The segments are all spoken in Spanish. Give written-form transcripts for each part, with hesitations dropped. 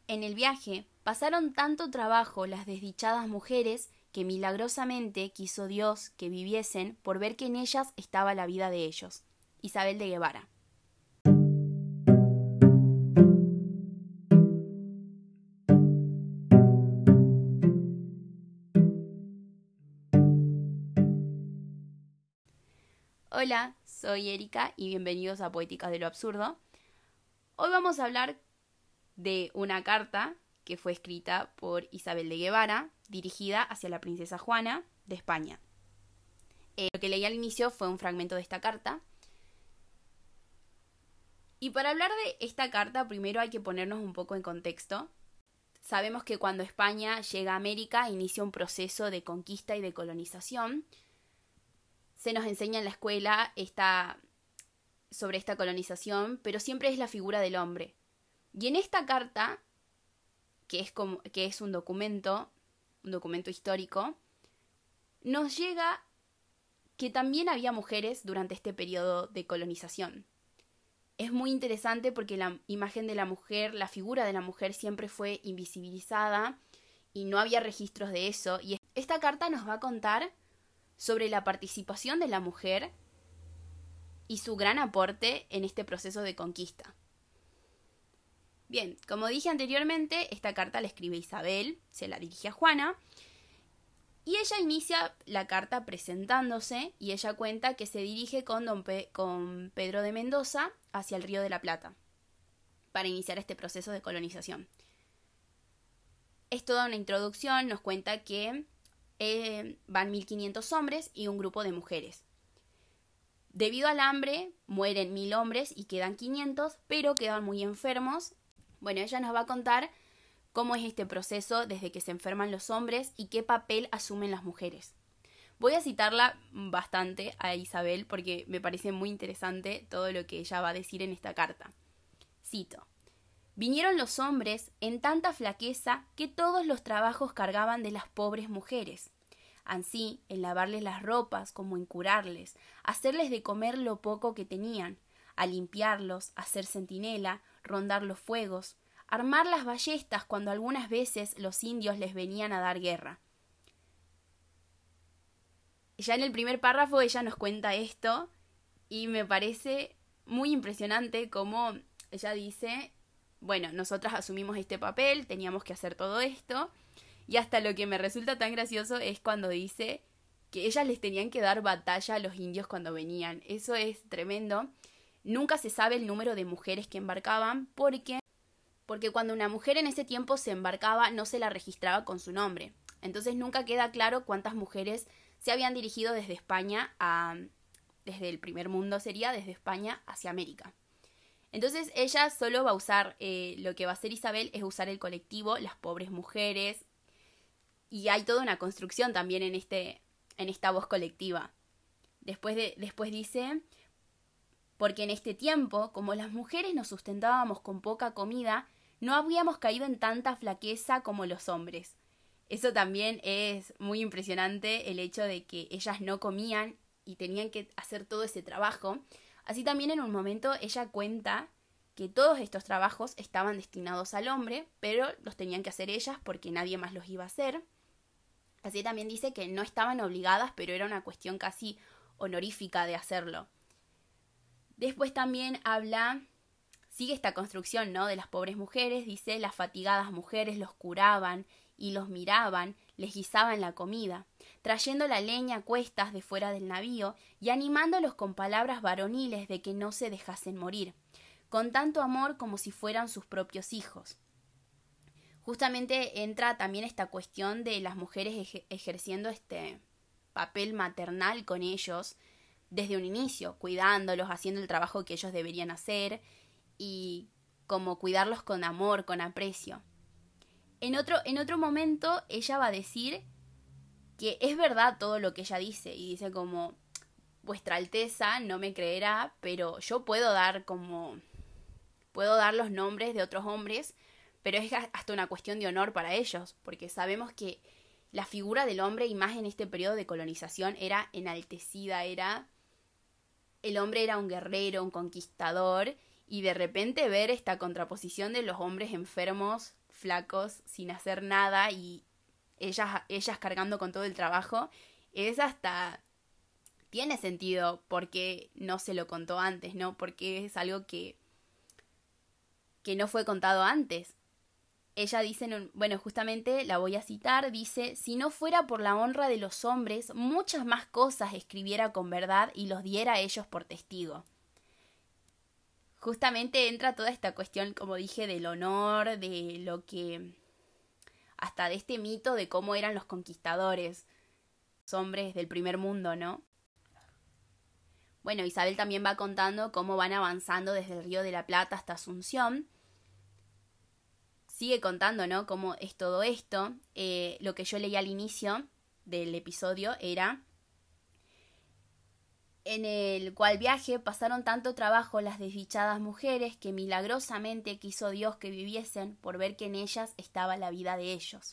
En el viaje pasaron tanto trabajo las desdichadas mujeres que milagrosamente quiso Dios que viviesen por ver que en ellas estaba la vida de ellos. Isabel de Guevara. Hola, soy Erika y bienvenidos a Poéticas de lo Absurdo. Hoy vamos a hablar de una carta que fue escrita por Isabel de Guevara, dirigida hacia la princesa Juana de España. Lo que leí al inicio fue un fragmento de esta carta. Y para hablar de esta carta, primero hay que ponernos un poco en contexto. Sabemos que cuando España llega a América, inicia un proceso de conquista y de colonización. Se nos enseña en la escuela sobre esta colonización, pero siempre es la figura del hombre. Y en esta carta, que es un documento histórico, nos llega que también había mujeres durante este periodo de colonización. Es muy interesante porque la imagen de la mujer, la figura de la mujer siempre fue invisibilizada y no había registros de eso. Y esta carta nos va a contar sobre la participación de la mujer y su gran aporte en este proceso de conquista. Bien, como dije anteriormente, esta carta la escribe Isabel, se la dirige a Juana, y ella inicia la carta presentándose, y ella cuenta que se dirige con Pedro de Mendoza hacia el Río de la Plata, para iniciar este proceso de colonización. Es toda una introducción, nos cuenta que van 1500 hombres y un grupo de mujeres. Debido al hambre, mueren 1000 hombres y quedan 500, pero quedan muy enfermos. Bueno, ella nos va a contar cómo es este proceso desde que se enferman los hombres y qué papel asumen las mujeres. Voy a citarla bastante a Isabel porque me parece muy interesante todo lo que ella va a decir en esta carta. Cito: «Vinieron los hombres en tanta flaqueza que todos los trabajos cargaban de las pobres mujeres. Ansí, en lavarles las ropas como en curarles, hacerles de comer lo poco que tenían, a limpiarlos, hacer centinela, rondar los fuegos, armar las ballestas cuando algunas veces los indios les venían a dar guerra». Ya en el primer párrafo ella nos cuenta esto y me parece muy impresionante cómo ella dice: bueno, nosotras asumimos este papel, teníamos que hacer todo esto, y hasta lo que me resulta tan gracioso es cuando dice que ellas les tenían que dar batalla a los indios cuando venían. Eso es tremendo. Nunca se sabe el número de mujeres que embarcaban porque cuando una mujer en ese tiempo se embarcaba no se la registraba con su nombre. Entonces nunca queda claro cuántas mujeres se habían dirigido desde España desde el primer mundo sería, desde España hacia América. Entonces ella solo va a usar, lo que va a hacer Isabel es usar el colectivo, las pobres mujeres, y hay toda una construcción también en esta voz colectiva. Después dice: «Porque en este tiempo, como las mujeres nos sustentábamos con poca comida, no habíamos caído en tanta flaqueza como los hombres». Eso también es muy impresionante, el hecho de que ellas no comían y tenían que hacer todo ese trabajo. Así también en un momento ella cuenta que todos estos trabajos estaban destinados al hombre, pero los tenían que hacer ellas porque nadie más los iba a hacer. Así también dice que no estaban obligadas, pero era una cuestión casi honorífica de hacerlo. Después también sigue esta construcción, ¿no?, de las pobres mujeres. Dice: «Las fatigadas mujeres los curaban y los miraban, les guisaban la comida, trayendo la leña a cuestas de fuera del navío y animándolos con palabras varoniles de que no se dejasen morir, con tanto amor como si fueran sus propios hijos». Justamente entra también esta cuestión de las mujeres ejerciendo este papel maternal con ellos desde un inicio, cuidándolos, haciendo el trabajo que ellos deberían hacer y como cuidarlos con amor, con aprecio. En otro momento ella va a decir que es verdad todo lo que ella dice, y dice como: «Vuestra Alteza no me creerá, pero yo puedo dar los nombres de otros hombres, pero es hasta una cuestión de honor para ellos, porque sabemos que la figura del hombre, y más en este periodo de colonización, era enaltecida, el hombre era un guerrero, un conquistador, Y de repente ver esta contraposición de los hombres enfermos, flacos, sin hacer nada y ellas cargando con todo el trabajo, es hasta... Tiene sentido porque no se lo contó antes, ¿no? Porque es algo que no fue contado antes. Ella dice, bueno, justamente la voy a citar, dice: si no fuera por la honra de los hombres, muchas más cosas escribiera con verdad y los diera a ellos por testigo. Justamente entra toda esta cuestión, como dije, del honor, de lo que... hasta de este mito de cómo eran los conquistadores, los hombres del primer mundo, ¿no? Bueno, Isabel también va contando cómo van avanzando desde el Río de la Plata hasta Asunción. Sigue contando, ¿no?, cómo es todo esto. Lo que yo leí al inicio del episodio era: en el cual viaje pasaron tanto trabajo las desdichadas mujeres que milagrosamente quiso Dios que viviesen por ver que en ellas estaba la vida de ellos.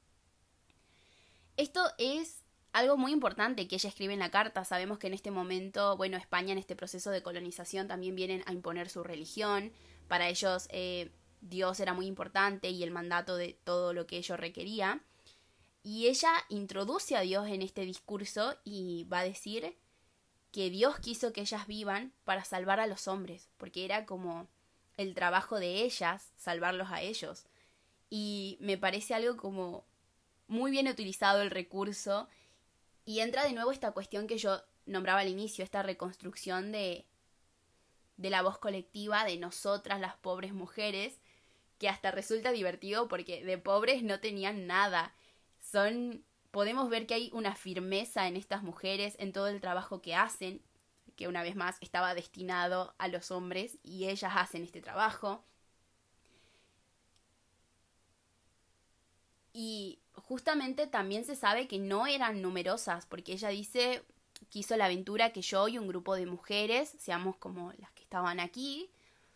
Esto es algo muy importante que ella escribe en la carta. Sabemos que en este momento, bueno, España en este proceso de colonización también vienen a imponer su religión. Para ellos Dios era muy importante y el mandato de todo lo que ello requería. Y ella introduce a Dios en este discurso y va a decir que Dios quiso que ellas vivan para salvar a los hombres, porque era como el trabajo de ellas salvarlos a ellos. Y me parece algo como muy bien utilizado el recurso. Y entra de nuevo esta cuestión que yo nombraba al inicio, esta reconstrucción de la voz colectiva de nosotras, las pobres mujeres, que hasta resulta divertido porque de pobres no tenían nada. Podemos ver que hay una firmeza en estas mujeres, en todo el trabajo que hacen, que una vez más estaba destinado a los hombres y ellas hacen este trabajo. Y justamente también se sabe que no eran numerosas, porque ella dice: quiso la aventura que yo y un grupo de mujeres seamos como las que estaban aquí.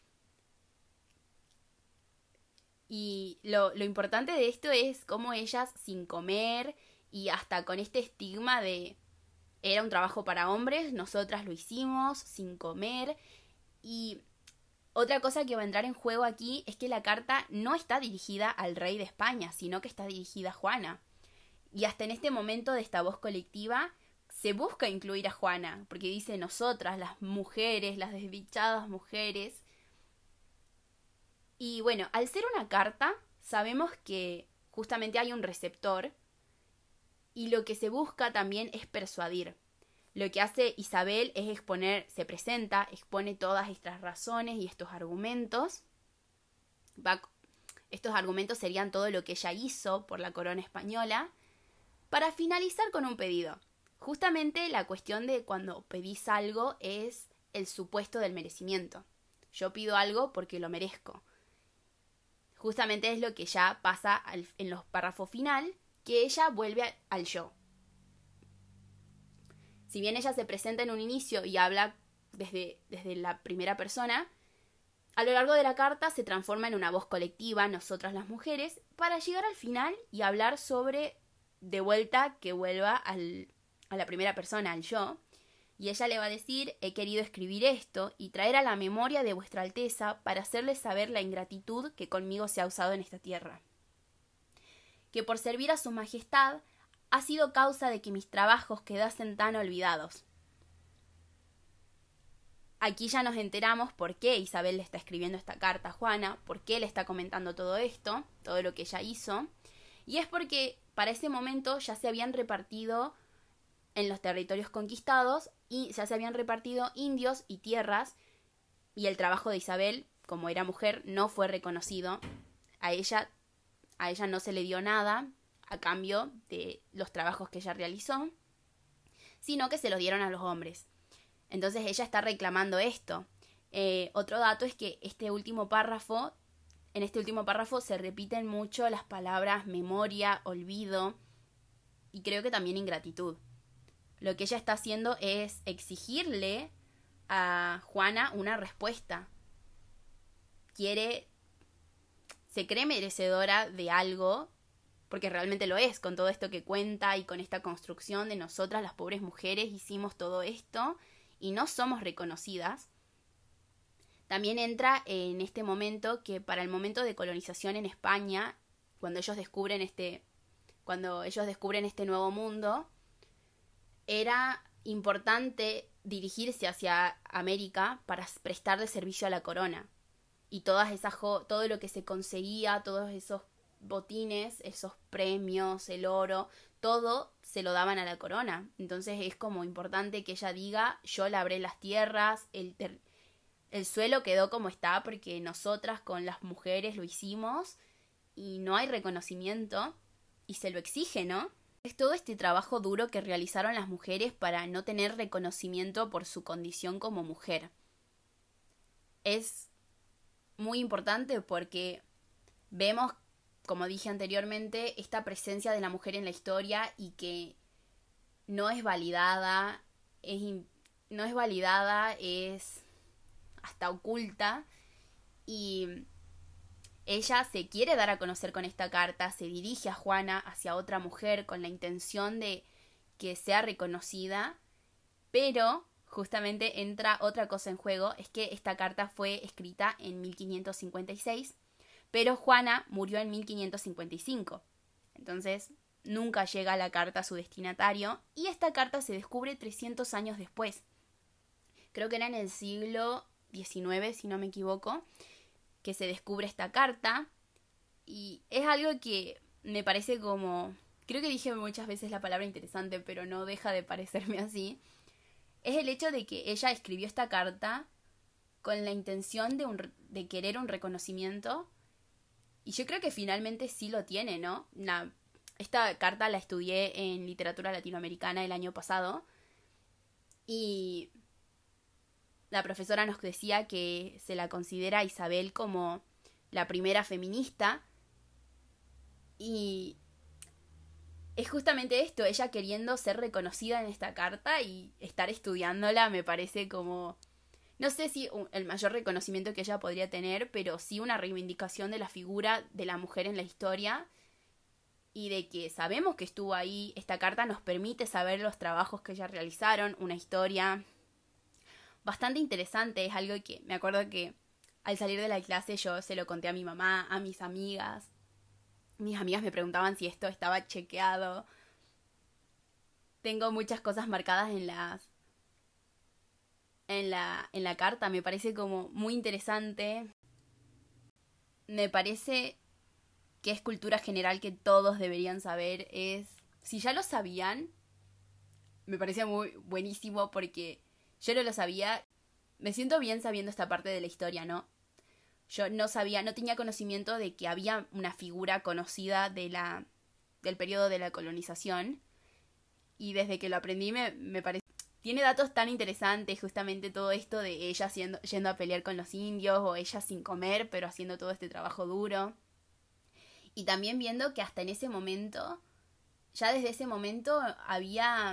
Y lo importante de esto es cómo ellas, sin comer y hasta con este estigma de era un trabajo para hombres, nosotras lo hicimos sin comer. Y otra cosa que va a entrar en juego aquí es que la carta no está dirigida al rey de España, sino que está dirigida a Juana. Y hasta en este momento de esta voz colectiva se busca incluir a Juana, porque dice nosotras, las mujeres, las desdichadas mujeres. Y bueno, al ser una carta, sabemos que justamente hay un receptor y lo que se busca también es persuadir. Lo que hace Isabel es se presenta, expone todas estas razones y estos argumentos. Estos argumentos serían todo lo que ella hizo por la corona española, para finalizar con un pedido. Justamente la cuestión de cuando pedís algo es el supuesto del merecimiento. Yo pido algo porque lo merezco. Justamente es lo que ya pasa en los párrafos final, que ella vuelve al yo. Si bien ella se presenta en un inicio y habla desde la primera persona, a lo largo de la carta se transforma en una voz colectiva, nosotras las mujeres, para llegar al final y hablar sobre, de vuelta, que vuelva a la primera persona, al yo. Y ella le va a decir: he querido escribir esto y traer a la memoria de vuestra alteza para hacerles saber la ingratitud que conmigo se ha usado en esta tierra. Que por servir a su majestad ha sido causa de que mis trabajos quedasen tan olvidados. Aquí ya nos enteramos por qué Isabel le está escribiendo esta carta a Juana, por qué le está comentando todo esto, todo lo que ella hizo. Y es porque para ese momento ya se habían repartido en los territorios conquistados y ya se habían repartido indios y tierras, y el trabajo de Isabel, como era mujer, no fue reconocido. A ella no se le dio nada a cambio de los trabajos que ella realizó, sino que se los dieron a los hombres. Entonces ella está reclamando esto. Otro dato es que en este último párrafo se repiten mucho las palabras memoria, olvido y creo que también ingratitud. Lo que ella está haciendo es exigirle a Juana una respuesta. Se cree merecedora de algo, porque realmente lo es, con todo esto que cuenta y con esta construcción de nosotras, las pobres mujeres, hicimos todo esto y no somos reconocidas. También entra en este momento que para el momento de colonización en España, cuando ellos descubren este nuevo mundo, era importante dirigirse hacia América para prestarle servicio a la corona. Y todo lo que se conseguía, todos esos botines, esos premios, el oro, todo se lo daban a la corona. Entonces es como importante que ella diga, yo labré las tierras, el suelo quedó como está porque nosotras con las mujeres lo hicimos y no hay reconocimiento y se lo exige, ¿no? Es todo este trabajo duro que realizaron las mujeres para no tener reconocimiento por su condición como mujer. Es muy importante porque vemos, como dije anteriormente, esta presencia de la mujer en la historia y que no es validada, es hasta oculta, y ella se quiere dar a conocer con esta carta, se dirige a Juana hacia otra mujer con la intención de que sea reconocida, pero justamente entra otra cosa en juego, es que esta carta fue escrita en 1556, pero Juana murió en 1555. Entonces, nunca llega la carta a su destinatario y esta carta se descubre 300 años después. Creo que era en el siglo XIX, si no me equivoco, que se descubre esta carta. Y es algo que me parece como... Creo que dije muchas veces la palabra interesante, pero no deja de parecerme así. Es el hecho de que ella escribió esta carta con la intención de querer un reconocimiento. Y yo creo que finalmente sí lo tiene, ¿no? Esta carta la estudié en literatura latinoamericana el año pasado. Y la profesora nos decía que se la considera a Isabel como la primera feminista. Y es justamente esto, ella queriendo ser reconocida en esta carta y estar estudiándola me parece como... No sé si el mayor reconocimiento que ella podría tener, pero sí una reivindicación de la figura de la mujer en la historia y de que sabemos que estuvo ahí. Esta carta nos permite saber los trabajos que ella realizaron, una historia bastante interesante. Es algo que me acuerdo que al salir de la clase yo se lo conté a mi mamá, a mis amigas. Mis amigas me preguntaban si esto estaba chequeado. Tengo muchas cosas marcadas en la carta, me parece como muy interesante. Me parece que es cultura general que todos deberían saber. Si ya lo sabían, me parecía muy buenísimo porque yo no lo sabía. Me siento bien sabiendo esta parte de la historia, ¿no? Yo no tenía conocimiento de que había una figura conocida del periodo de la colonización. Y desde que lo aprendí me parece... Tiene datos tan interesantes, justamente todo esto de ella yendo a pelear con los indios, o ella sin comer, pero haciendo todo este trabajo duro. Y también viendo que hasta en ese momento, ya desde ese momento, había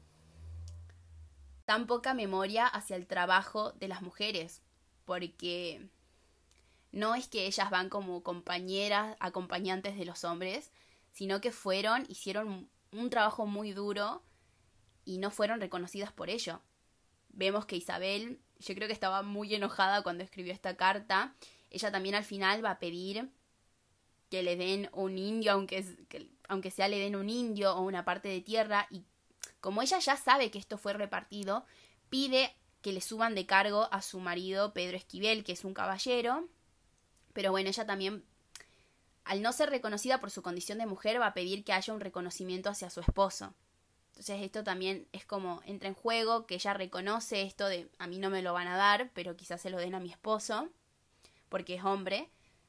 tan poca memoria hacia el trabajo de las mujeres. Porque no es que ellas van como compañeras, acompañantes de los hombres, sino que hicieron un trabajo muy duro y no fueron reconocidas por ello. Vemos que Isabel, yo creo que estaba muy enojada cuando escribió esta carta. Ella también al final va a pedir que le den un indio, aunque sea le den un indio o una parte de tierra. Y como ella ya sabe que esto fue repartido, pide que le suban de cargo a su marido Pedro Esquivel, que es un caballero. Pero bueno, ella también, al no ser reconocida por su condición de mujer, va a pedir que haya un reconocimiento hacia su esposo. Entonces esto también es como entra en juego, que ella reconoce esto de a mí no me lo van a dar, pero quizás se lo den a mi esposo, porque es hombre.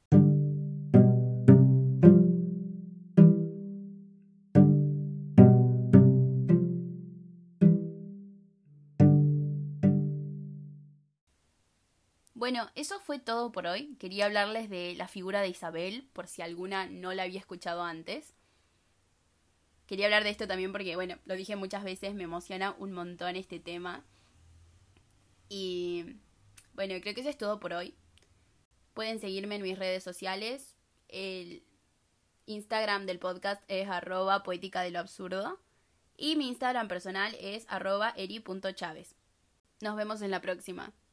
Bueno, eso fue todo por hoy. Quería hablarles de la figura de Isabel, por si alguna no la había escuchado antes. Quería hablar de esto también porque, bueno, lo dije muchas veces, me emociona un montón este tema. Y bueno, creo que eso es todo por hoy. Pueden seguirme en mis redes sociales. El Instagram del podcast es @poética de lo absurdo. Y mi Instagram personal es @eri.chavez. Nos vemos en la próxima.